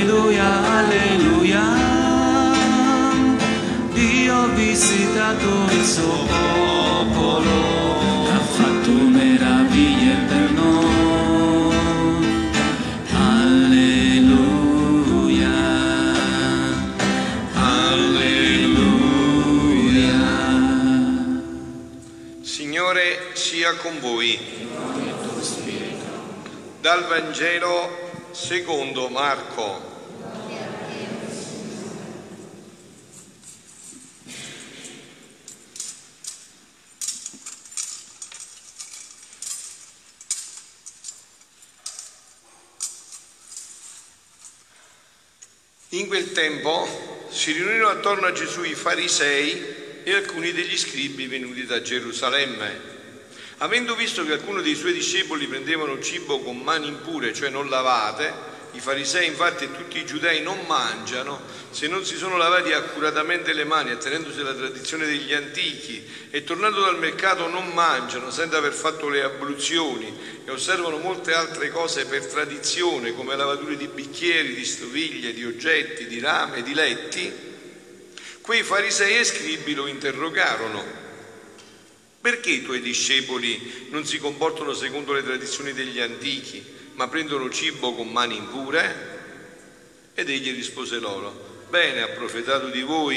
alleluia, alleluia. Dio ha visitato il suo popolo, ha fatto meraviglie per noi. Alleluia, alleluia. Signore sia con voi. Dal Vangelo secondo Marco. In quel tempo si riunirono attorno a Gesù i farisei e alcuni degli scribi venuti da Gerusalemme. Avendo visto che alcuni dei suoi discepoli prendevano cibo con mani impure, cioè non lavate, i farisei infatti e tutti i giudei non mangiano se non si sono lavati accuratamente le mani, attenendosi alla tradizione degli antichi, e tornando dal mercato non mangiano senza aver fatto le abluzioni, e osservano molte altre cose per tradizione, come lavature di bicchieri, di stoviglie, di oggetti, di rame, di letti, quei farisei e scribi lo interrogarono: perché i tuoi discepoli non si comportano secondo le tradizioni degli antichi, ma prendono cibo con mani impure? Ed egli rispose loro: bene ha profetato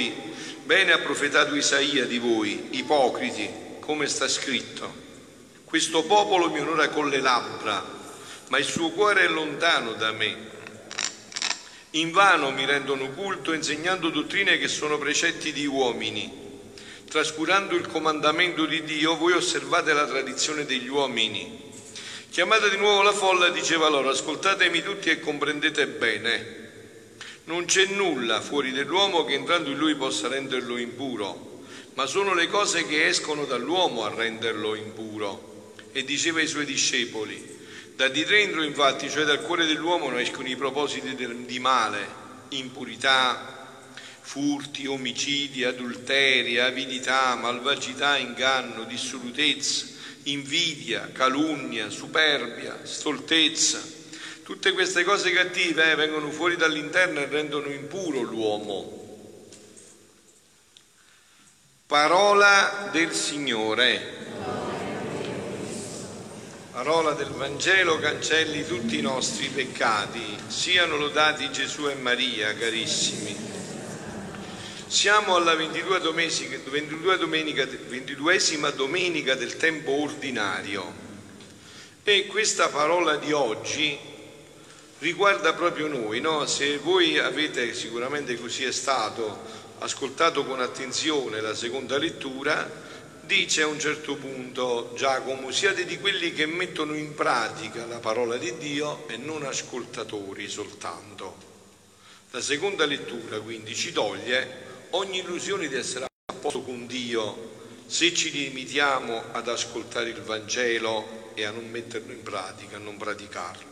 Isaia di voi, ipocriti, come sta scritto: questo popolo mi onora con le labbra, ma il suo cuore è lontano da me. Invano mi rendono culto insegnando dottrine che sono precetti di uomini. Trascurando il comandamento di Dio, voi osservate la tradizione degli uomini. Chiamata di nuovo la folla, diceva loro: ascoltatemi tutti e comprendete bene. Non c'è nulla fuori dell'uomo che entrando in lui possa renderlo impuro, ma sono le cose che escono dall'uomo a renderlo impuro. E diceva ai suoi discepoli: da di dentro infatti, cioè dal cuore dell'uomo, ne escono i propositi di male, impurità, furti, omicidi, adulteri, avidità, malvagità, inganno, dissolutezza, invidia, calunnia, superbia, stoltezza. Tutte queste cose cattive vengono fuori dall'interno e rendono impuro l'uomo. Parola del Signore. Parola del Vangelo cancelli tutti i nostri peccati. Siano lodati Gesù e Maria, carissimi. Siamo alla 22esima domenica del tempo ordinario e questa parola di oggi riguarda proprio noi, no? Se voi avete, sicuramente così è stato, ascoltato con attenzione la seconda lettura, dice a un certo punto Giacomo: siate di quelli che mettono in pratica la parola di Dio e non ascoltatori soltanto. La seconda lettura quindi ci toglie ogni illusione di essere a posto con Dio se ci limitiamo ad ascoltare il Vangelo e a non metterlo in pratica, a non praticarlo.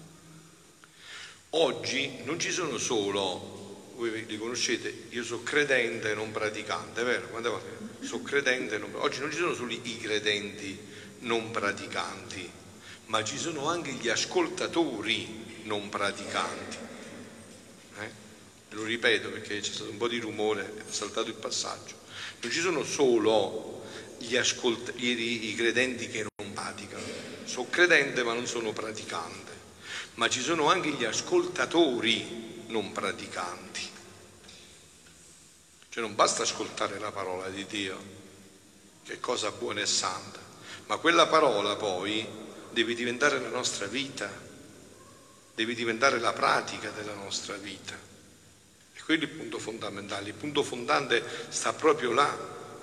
Oggi non ci sono solo, voi li conoscete, io sono credente e non praticante, è vero? Quante volte? Sono credente, oggi non ci sono solo i credenti non praticanti, ma ci sono anche gli ascoltatori non praticanti. Lo ripeto perché c'è stato un po' di rumore, è saltato il passaggio. Non ci sono solo i credenti che non praticano, sono credente ma non sono praticante, ma ci sono anche gli ascoltatori non praticanti. Cioè non basta ascoltare la parola di Dio, che è cosa buona e santa, ma quella parola poi deve diventare la nostra vita, deve diventare la pratica della nostra vita. Quello è il punto fondamentale, il punto fondante sta proprio là.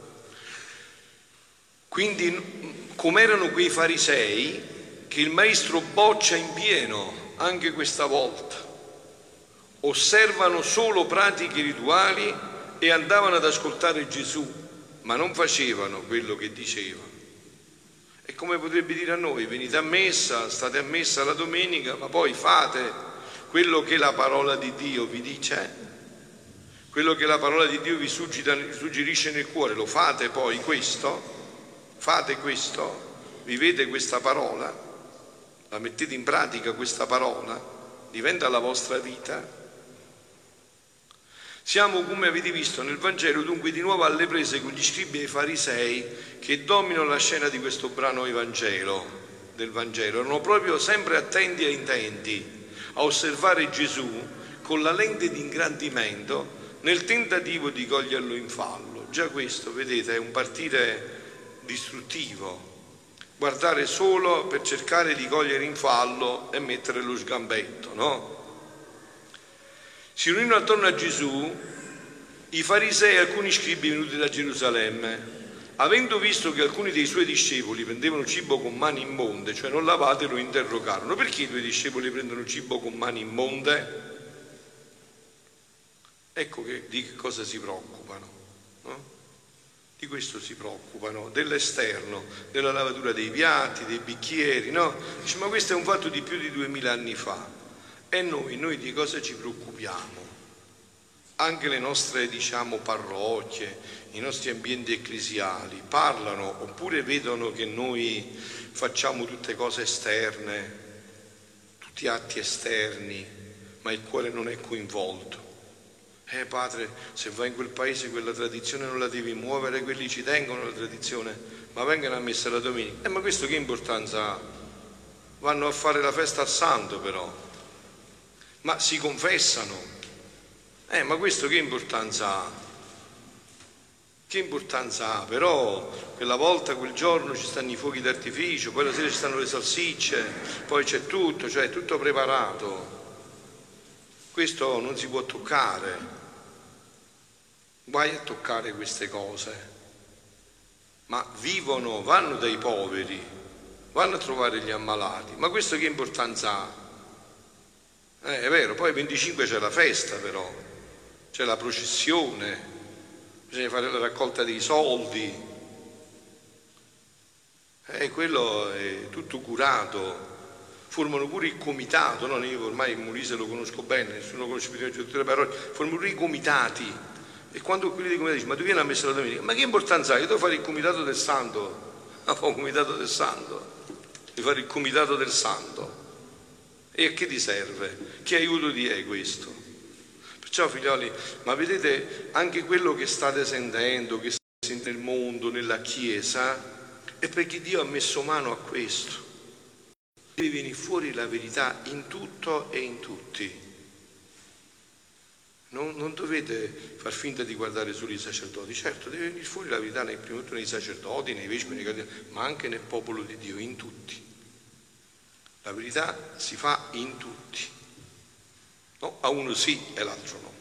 Quindi, come erano quei farisei che il maestro boccia in pieno anche questa volta, osservano solo pratiche rituali e andavano ad ascoltare Gesù, ma non facevano quello che diceva. E come potrebbe dire a noi: venite a messa, state a messa la domenica, ma poi fate quello che la parola di Dio vi dice? Quello che la parola di Dio vi suggerisce nel cuore, lo fate poi questo? Fate questo? Vivete questa parola? La mettete in pratica questa parola? Diventa la vostra vita? Siamo, come avete visto nel Vangelo, dunque di nuovo alle prese con gli scribi e i farisei che dominano la scena di questo brano del Vangelo. Erano proprio sempre attenti e intenti a osservare Gesù con la lente di ingrandimento nel tentativo di coglierlo in fallo. Già questo, vedete, è un partire distruttivo. Guardare solo per cercare di cogliere in fallo e mettere lo sgambetto, no? Si riunirono attorno a Gesù i farisei e alcuni scribi venuti da Gerusalemme. Avendo visto che alcuni dei suoi discepoli prendevano cibo con mani immonde, cioè non lavate, lo interrogarono: perché i tuoi discepoli prendono cibo con mani immonde? Ecco di che cosa si preoccupano, no? Di questo si preoccupano, dell'esterno, della lavatura dei piatti, dei bicchieri, no? Dice, ma questo è un fatto di più di 2000 anni fa. E noi di cosa ci preoccupiamo? Anche le nostre, parrocchie, i nostri ambienti ecclesiali parlano oppure vedono che noi facciamo tutte cose esterne, tutti atti esterni, ma il cuore non è coinvolto. Padre, se vai in quel paese quella tradizione non la devi muovere, quelli ci tengono alla tradizione, ma vengono a messa la domenica. Ma questo che importanza ha? Vanno a fare la festa al santo però, ma si confessano. Ma questo che importanza ha? Che importanza ha? Però quella volta, quel giorno ci stanno i fuochi d'artificio, poi la sera ci stanno le salsicce, poi c'è tutto, cioè tutto preparato. Questo non si può toccare. Guai a toccare queste cose. Ma vanno dai poveri, vanno a trovare gli ammalati. Ma questo che importanza ha? È vero, poi il 25 c'è la festa però, c'è la processione, bisogna fare la raccolta dei soldi. Quello è tutto curato. Formano pure il comitato, no? Io ormai il Molise lo conosco bene, nessuno conosce più di tutte le parole, formano pure i comitati. E quando quelli dei comitati dicono, ma tu vieni a messa la domenica, ma che importanza ha? Io devo fare il comitato del santo, il comitato del santo, devo fare il comitato del santo. E a che ti serve? Che aiuto ti è questo? Perciò figlioli, ma vedete anche quello che state sentendo, che sente nel mondo, nella Chiesa, è perché Dio ha messo mano a questo. Deve venire fuori la verità in tutto e in tutti. Non dovete far finta di guardare solo i sacerdoti. Certo, deve venire fuori la verità prima di tutto nei sacerdoti, nei vescovi, nei cardinali, ma anche nel popolo di Dio, in tutti. La verità si fa in tutti. No, a uno sì e l'altro no.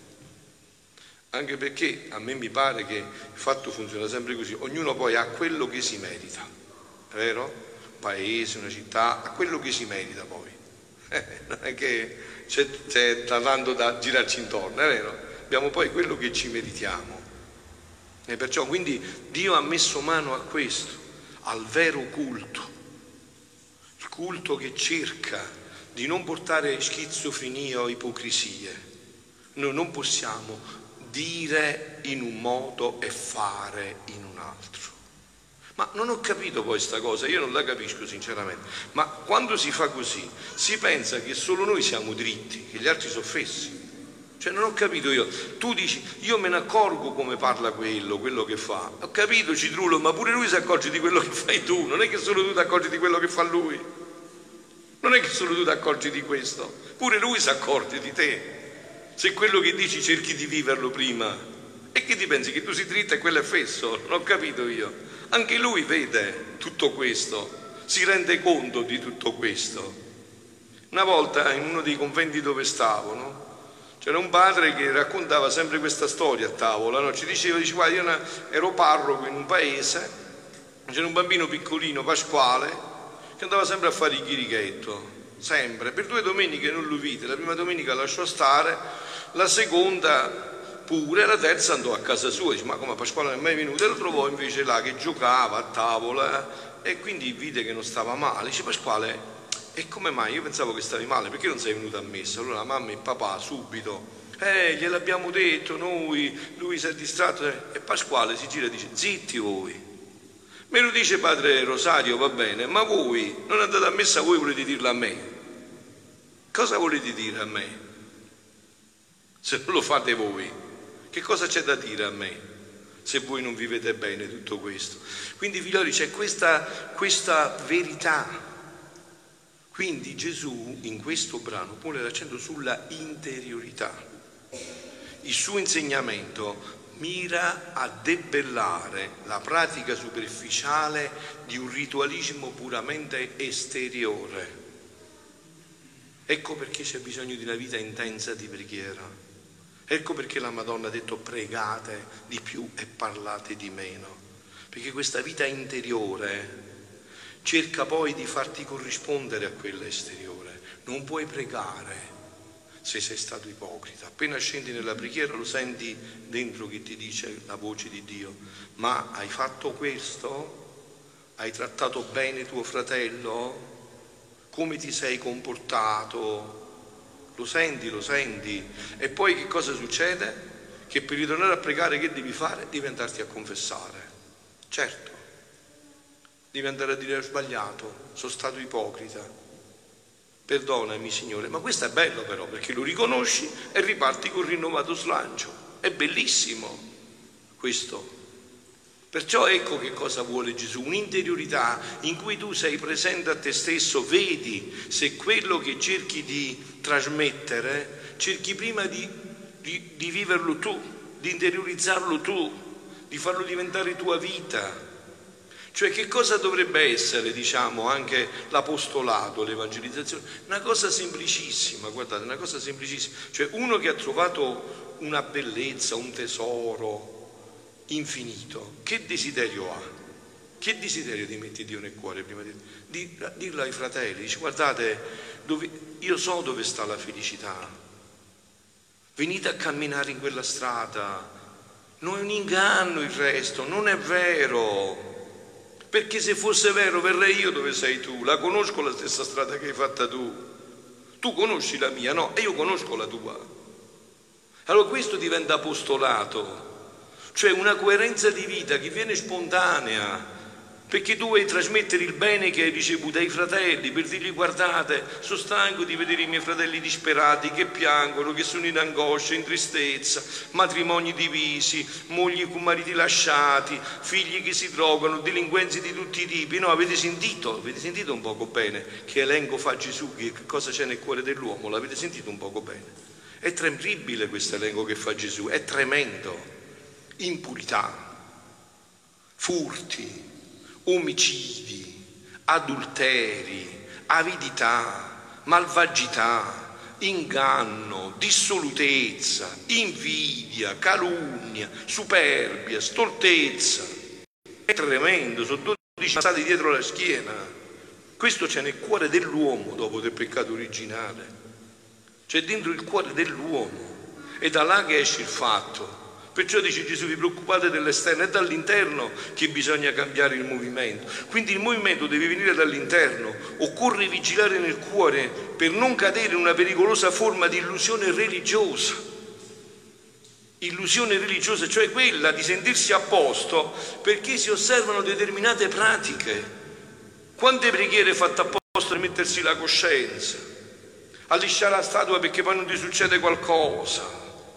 Anche perché a me mi pare che il fatto funziona sempre così. Ognuno poi ha quello che si merita, è vero? Un paese, una città, ha quello che si merita poi. Non è che c'è tanto da girarci intorno, è vero? Abbiamo poi quello che ci meritiamo. E perciò quindi Dio ha messo mano a questo, al vero culto. Il culto che cerca di non portare schizofrenia o ipocrisie. Noi non possiamo dire in un modo e fare in un altro. Ma non ho capito poi sta cosa, io non la capisco sinceramente. Ma quando si fa così, si pensa che solo noi siamo dritti, che gli altri sono fessi. Cioè non ho capito io. Tu dici, io me ne accorgo come parla quello che fa. Ho capito, Citrullo, ma pure lui si accorge di quello che fai tu. Non è che solo tu ti accorgi di quello che fa lui. Non è che solo tu ti accorgi di questo. Pure lui si accorge di te. Se quello che dici cerchi di viverlo prima. E che ti pensi, che tu sei dritto e quello è fesso? Non ho capito io. Anche lui vede tutto questo, si rende conto di tutto questo. Una volta in uno dei conventi dove stavo, no? C'era un padre che raccontava sempre questa storia a tavola, no? Ci diceva, guarda, io ero parroco in un paese, c'era un bambino piccolino, Pasquale, che andava sempre a fare il chirichetto, sempre. Per 2 domeniche non lo vide, la prima domenica lasciò stare, la seconda pure, la terza andò a casa sua, dice, ma come Pasquale non è mai venuto? E lo trovò invece là che giocava a tavola e quindi vide che non stava male. Dice, Pasquale, e come mai? Io pensavo che stavi male, perché non sei venuto a messa? Allora la mamma e il papà subito, gliel'abbiamo detto noi, lui si è distratto. E Pasquale si gira e dice, zitti voi. Me lo dice padre Rosario, va bene, ma voi non andate a messa, voi volete dirlo a me? Cosa volete dire a me? Se non lo fate voi? Che cosa c'è da dire a me se voi non vivete bene tutto questo? Quindi, figlioli, c'è questa verità. Quindi Gesù in questo brano pone l'accento sulla interiorità. Il suo insegnamento mira a debellare la pratica superficiale di un ritualismo puramente esteriore. Ecco perché c'è bisogno di una vita intensa di preghiera. Ecco perché la Madonna ha detto pregate di più e parlate di meno. Perché questa vita interiore cerca poi di farti corrispondere a quella esteriore. Non puoi pregare se sei stato ipocrita. Appena scendi nella preghiera lo senti dentro che ti dice la voce di Dio: ma hai fatto questo? Hai trattato bene tuo fratello? Come ti sei comportato? Lo senti? E poi che cosa succede? Che per ritornare a pregare che devi fare? Devi andarti a confessare. Certo, devi andare a dire: ho sbagliato, sono stato ipocrita, perdonami Signore. Ma questo è bello però, perché lo riconosci e riparti con rinnovato slancio. È bellissimo questo. Perciò ecco che cosa vuole Gesù: un'interiorità in cui tu sei presente a te stesso, vedi se quello che cerchi di trasmettere, cerchi prima di viverlo tu, di interiorizzarlo tu, di farlo diventare tua vita. Cioè, che cosa dovrebbe essere, diciamo, anche l'apostolato, l'evangelizzazione? Una cosa semplicissima, guardate, una cosa semplicissima. Cioè, uno che ha trovato una bellezza, un tesoro infinito, che desiderio ha? Che desiderio ti metti Dio nel cuore prima di dirlo ai fratelli? Dici: guardate, io so dove sta la felicità, venite a camminare in quella strada, non è un inganno il resto, non è vero. Perché se fosse vero verrei io dove sei tu, la conosco la stessa strada che hai fatta tu conosci la mia, no? E io conosco la tua. Allora questo diventa apostolato, cioè una coerenza di vita che viene spontanea, perché tu vuoi trasmettere il bene che hai ricevuto ai fratelli, per dirgli: guardate, sono stanco di vedere i miei fratelli disperati, che piangono, che sono in angoscia, in tristezza, matrimoni divisi, mogli con mariti lasciati, figli che si drogano, delinquenze di tutti i tipi. No, avete sentito un poco bene che elenco fa Gesù, che cosa c'è nel cuore dell'uomo? L'avete sentito un poco bene? È terribile questo elenco che fa Gesù, è tremendo. Impurità, furti, omicidi, adulteri, avidità, malvagità, inganno, dissolutezza, invidia, calunnia, superbia, stoltezza. È tremendo, sono 12 passati dietro la schiena. Questo c'è nel cuore dell'uomo dopo del peccato originale. C'è dentro il cuore dell'uomo, è da là che esce il fatto. Perciò dice Gesù: vi preoccupate dell'esterno, è dall'interno che bisogna cambiare il movimento. Quindi il movimento deve venire dall'interno. Occorre vigilare nel cuore per non cadere in una pericolosa forma di illusione religiosa. Illusione religiosa, cioè quella di sentirsi a posto perché si osservano determinate pratiche. Quante preghiere fatte apposta per mettersi la coscienza, a lisciare la statua perché poi non ti succede qualcosa.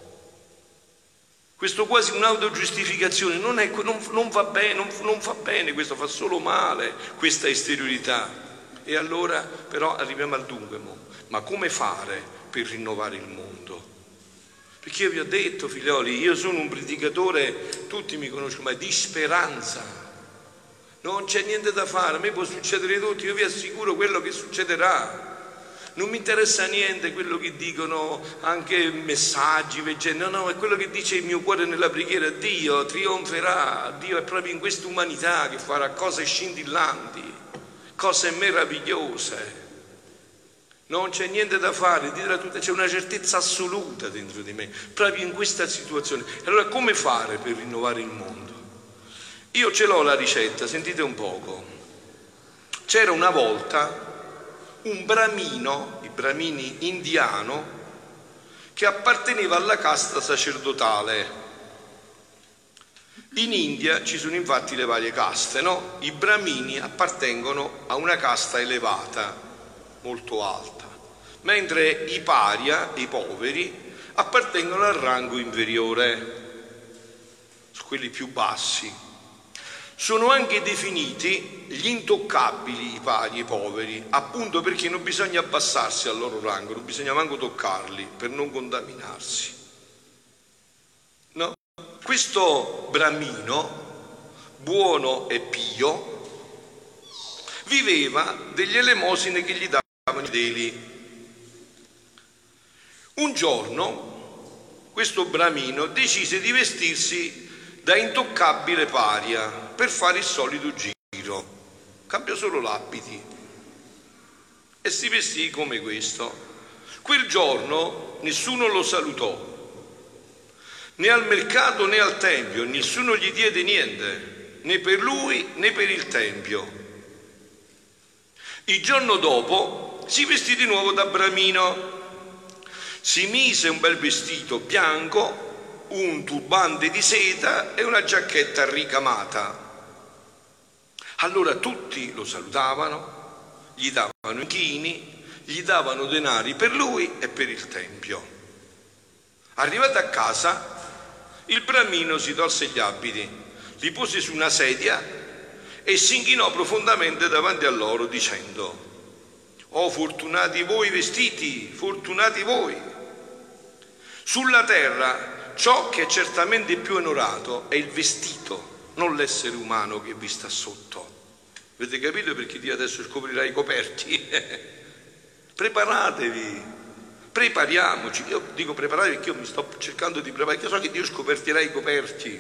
Questo quasi un'autogiustificazione non va bene, questo fa solo male, questa esteriorità. E allora però arriviamo al dunque, ma come fare per rinnovare il mondo? Perché io vi ho detto, figlioli, io sono un predicatore, tutti mi conoscono, ma di speranza. Non c'è niente da fare, a me può succedere tutto, io vi assicuro quello che succederà. Non mi interessa niente quello che dicono anche messaggi, no, è quello che dice il mio cuore nella preghiera. Dio trionferà, Dio è proprio in questa umanità che farà cose scintillanti, cose meravigliose. Non c'è niente da fare, c'è una certezza assoluta dentro di me, proprio in questa situazione. Allora come fare per rinnovare il mondo? Io ce l'ho la ricetta, sentite un poco. C'era una volta un bramino, i bramini indiano, che apparteneva alla casta sacerdotale. In India ci sono infatti le varie caste, no? I bramini appartengono a una casta elevata, molto alta, mentre i paria, i poveri, appartengono al rango inferiore. quelli più bassi. Sono anche definiti gli intoccabili, i pari, i poveri, appunto perché non bisogna abbassarsi al loro rango, non bisogna manco toccarli per non contaminarsi. No? Questo bramino, buono e pio, viveva degli elemosine che gli davano i fedeli. Un giorno questo bramino decise di vestirsi da intoccabile paria per fare il solito giro. Cambiò solo l'abiti e si vestì come questo. Quel giorno nessuno lo salutò, né al mercato né al tempio, nessuno gli diede niente, né per lui né per il tempio. Il giorno dopo si vestì di nuovo da bramino. Si mise un bel vestito bianco, un turbante di seta e una giacchetta ricamata. Allora tutti lo salutavano, gli davano inchini, gli davano denari per lui e per il tempio. Arrivato a casa, il bramino si tolse gli abiti, li pose su una sedia e si inchinò profondamente davanti a loro dicendo: «Oh, fortunati voi vestiti, fortunati voi! Sulla terra ciò che è certamente più onorato è il vestito, non l'essere umano che vi sta sotto». Avete capito perché Dio adesso scoprirà i coperti? Preparatevi, prepariamoci. Io dico preparatevi perché io mi sto cercando di preparare, perché so che Dio scopertirà i coperti.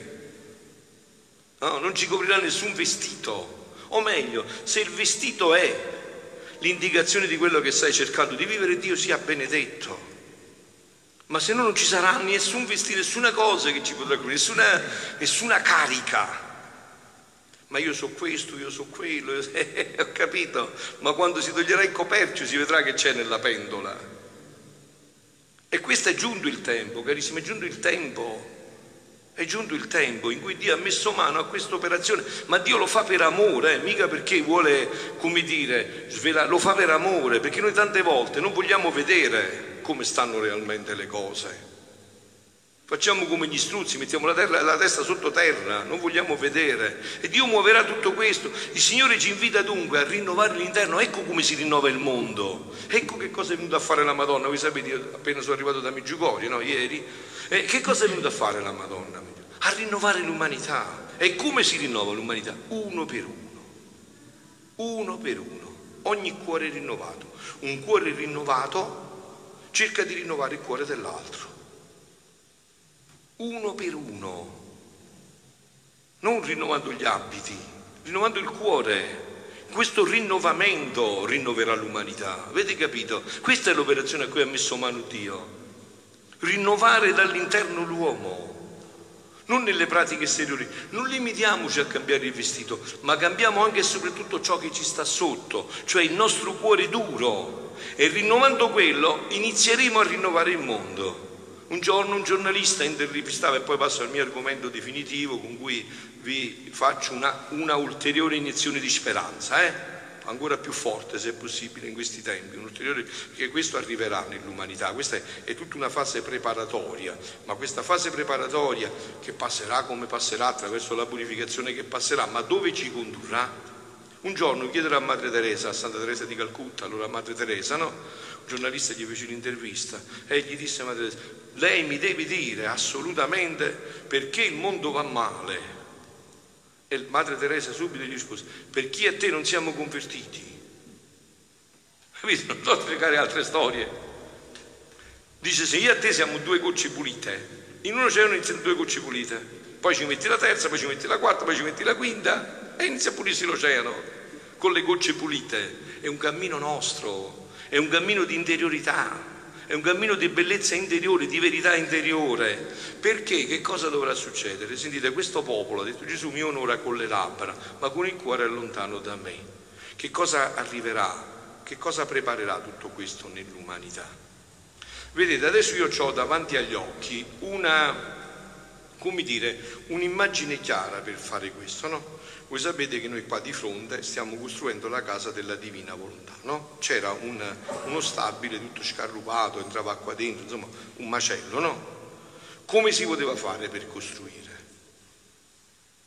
No, non ci coprirà nessun vestito. O meglio, se il vestito è l'indicazione di quello che stai cercando di vivere, Dio sia benedetto. Ma se no non ci sarà nessun vestito, nessuna cosa che ci potrà coprire, nessuna carica. Ma io so questo, io so quello, ho capito, ma quando si toglierà il coperchio si vedrà che c'è nella pentola. E questo è giunto il tempo, carissimi, è giunto il tempo. È giunto il tempo in cui Dio ha messo mano a questa operazione, ma Dio lo fa per amore, mica perché vuole, come dire, lo fa per amore, perché noi tante volte non vogliamo vedere come stanno realmente le cose. Facciamo come gli struzzi, mettiamo la testa sottoterra, non vogliamo vedere. E Dio muoverà tutto questo. Il Signore ci invita dunque a rinnovare l'interno. Ecco come si rinnova il mondo. Ecco che cosa è venuta a fare la Madonna. Voi sapete, io appena sono arrivato da Meggiugorie, no, ieri. Che cosa è venuta a fare la Madonna? A rinnovare l'umanità. E come si rinnova l'umanità? Uno per uno. Uno per uno. Ogni cuore rinnovato. Un cuore rinnovato cerca di rinnovare il cuore dell'altro. Uno per uno. Non rinnovando gli abiti, rinnovando il cuore. Questo rinnovamento rinnoverà l'umanità. Avete capito? Questa è l'operazione a cui ha messo mano Dio. Rinnovare dall'interno l'uomo. Non nelle pratiche esteriori, non limitiamoci a cambiare il vestito, ma cambiamo anche e soprattutto ciò che ci sta sotto, cioè il nostro cuore duro. E rinnovando quello inizieremo a rinnovare il mondo. Un giorno un giornalista intervistava, e poi passo al mio argomento definitivo con cui vi faccio una ulteriore iniezione di speranza, ancora più forte se è possibile in questi tempi, perché questo arriverà nell'umanità. Questa è tutta una fase preparatoria, ma questa fase preparatoria che passerà come passerà, attraverso la purificazione che passerà, ma dove ci condurrà? Un giorno chiederà a Madre Teresa, a Santa Teresa di Calcutta, allora Madre Teresa, no? Un giornalista gli fece l'intervista e gli disse a Madre Teresa: lei mi deve dire assolutamente perché il mondo va male. E Madre Teresa subito gli rispose: per chi a te non siamo convertiti. Capito? Non so spiegare altre storie. Dice: se io a te siamo due gocce pulite, in un oceano iniziano due gocce pulite, poi ci metti la terza, poi ci metti la quarta, poi ci metti la quinta e inizia a pulirsi l'oceano con le gocce pulite. È un cammino nostro, è un cammino di interiorità, è un cammino di bellezza interiore, di verità interiore. Perché? Che cosa dovrà succedere? Sentite, questo popolo ha detto: Gesù mi onora con le labbra, ma con il cuore è lontano da me. Che cosa arriverà? Che cosa preparerà tutto questo nell'umanità? Vedete, adesso io ho davanti agli occhi un'immagine chiara per fare questo, no? Voi sapete che noi qua di fronte stiamo costruendo la casa della divina volontà, no? C'era uno stabile tutto scarrupato, entrava acqua dentro, insomma un macello, no? Come si poteva fare per costruire?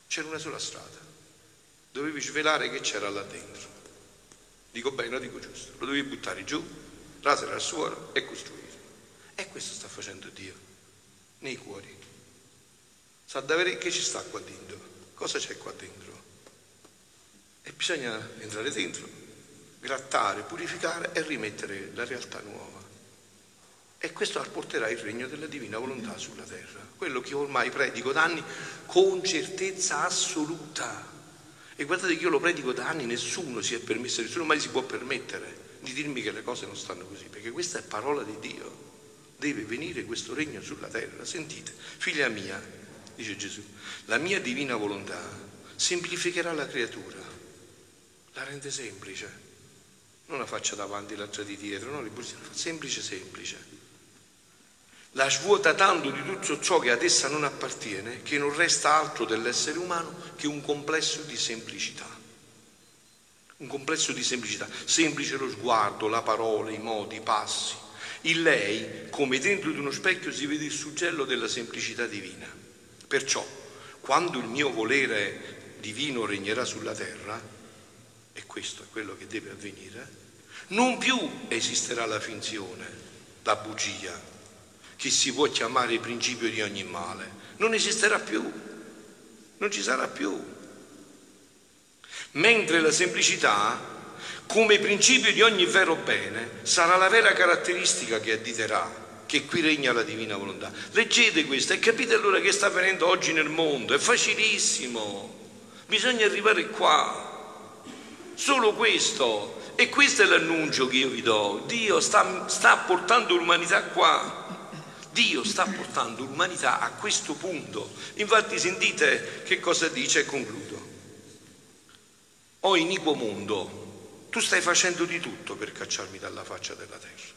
C'era una sola strada, dovevi svelare che c'era là dentro. Dico bene o dico giusto? Lo dovevi buttare giù, rasare al suolo e costruire. E questo sta facendo Dio nei cuori. Sa davvero che ci sta qua dentro, cosa c'è qua dentro. E bisogna entrare dentro, grattare, purificare e rimettere la realtà nuova. E questo porterà il regno della divina volontà sulla terra, quello che ormai predico da anni con certezza assoluta. E guardate che io lo predico da anni, nessuno si è permesso, nessuno mai si può permettere di dirmi che le cose non stanno così, perché questa è parola di Dio. Deve venire questo regno sulla terra. Sentite, figlia mia, dice Gesù, la mia divina volontà semplificherà la creatura, la rende semplice, non la faccia davanti, l'altra di dietro, no, semplice semplice. La svuota tanto di tutto ciò che ad essa non appartiene che non resta altro dell'essere umano che un complesso di semplicità. Un complesso di semplicità, semplice lo sguardo, la parola, i modi, i passi. In lei, come dentro di uno specchio, si vede il suggello della semplicità divina. Perciò, quando il mio volere divino regnerà sulla terra, e questo è quello che deve avvenire, non più esisterà la finzione, la bugia, che si può chiamare il principio di ogni male. Non esisterà più, non ci sarà più. Mentre la semplicità, come principio di ogni vero bene, sarà la vera caratteristica che additerà che qui regna la divina volontà. Leggete questo e capite allora che sta avvenendo oggi nel mondo. È facilissimo, bisogna arrivare qua, solo questo. E questo è l'annuncio che io vi do. Dio sta portando l'umanità qua. Dio sta portando l'umanità a questo punto. Infatti sentite che cosa dice e concludo. O iniquo mondo, tu stai facendo di tutto per cacciarmi dalla faccia della terra,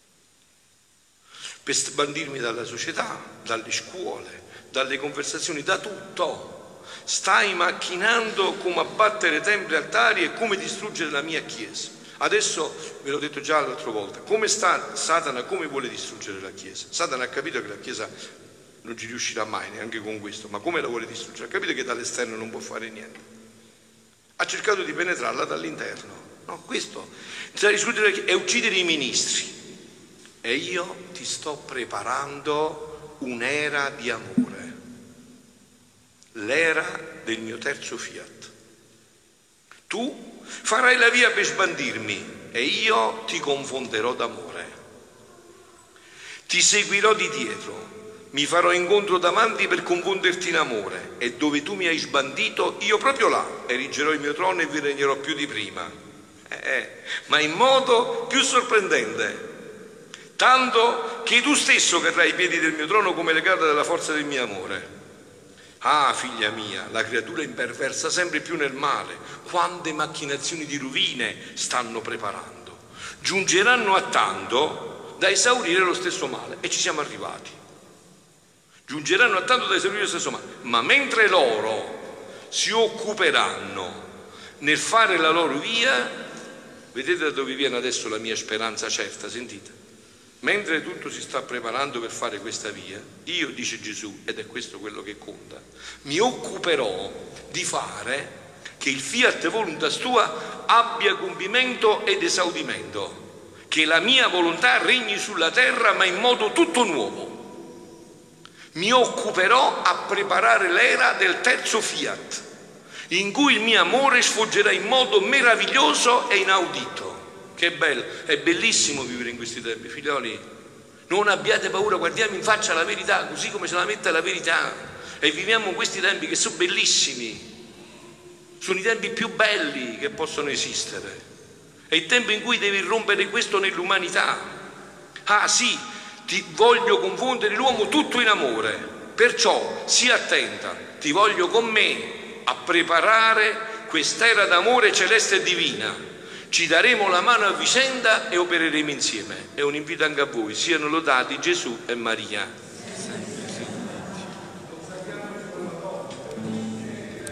per sbandirmi dalla società, dalle scuole, dalle conversazioni, da tutto. Stai macchinando come abbattere templi e altari e come distruggere la mia Chiesa. Adesso, ve l'ho detto già l'altra volta, come sta Satana, come vuole distruggere la Chiesa? Satana ha capito che la Chiesa non ci riuscirà mai, neanche con questo, ma come la vuole distruggere? Ha capito che dall'esterno non può fare niente. Ha cercato di penetrarla dall'interno. No, questo è uccidere i ministri. E io ti sto preparando un'era di amore, l'era del mio terzo fiat. Tu farai la via per sbandirmi e io ti confonderò d'amore. Ti seguirò di dietro, mi farò incontro davanti per confonderti in amore e dove tu mi hai sbandito io proprio là erigerò il mio trono e vi regnerò più di prima, ma in modo più sorprendente, tanto che tu stesso cadrai ai piedi del mio trono come legata dalla forza del mio amore. Ah, figlia mia, la creatura imperversa sempre più nel male, quante macchinazioni di rovine stanno preparando. Giungeranno a tanto da esaurire lo stesso male, e ci siamo arrivati. Giungeranno a tanto da esaurire lo stesso male, ma mentre loro si occuperanno nel fare la loro via, vedete da dove viene adesso la mia speranza certa, sentite? Mentre tutto si sta preparando per fare questa via, io, dice Gesù, ed è questo quello che conta, mi occuperò di fare che il fiat voluntas tua abbia compimento ed esaudimento, che la mia volontà regni sulla terra ma in modo tutto nuovo. Mi occuperò a preparare l'era del terzo fiat, in cui il mio amore sfoggerà in modo meraviglioso e inaudito. Che bello, è bellissimo vivere in questi tempi, figlioli. Non abbiate paura, guardiamo in faccia la verità, così come se la mette la verità. E viviamo in questi tempi che sono bellissimi. Sono i tempi più belli che possono esistere. È il tempo in cui devi rompere questo nell'umanità. Ah sì, ti voglio confondere l'uomo tutto in amore. Perciò sii attenta, ti voglio con me a preparare quest'era d'amore celeste e divina. Ci daremo la mano a vicenda e opereremo insieme. È un invito anche a voi, siano lodati Gesù e Maria.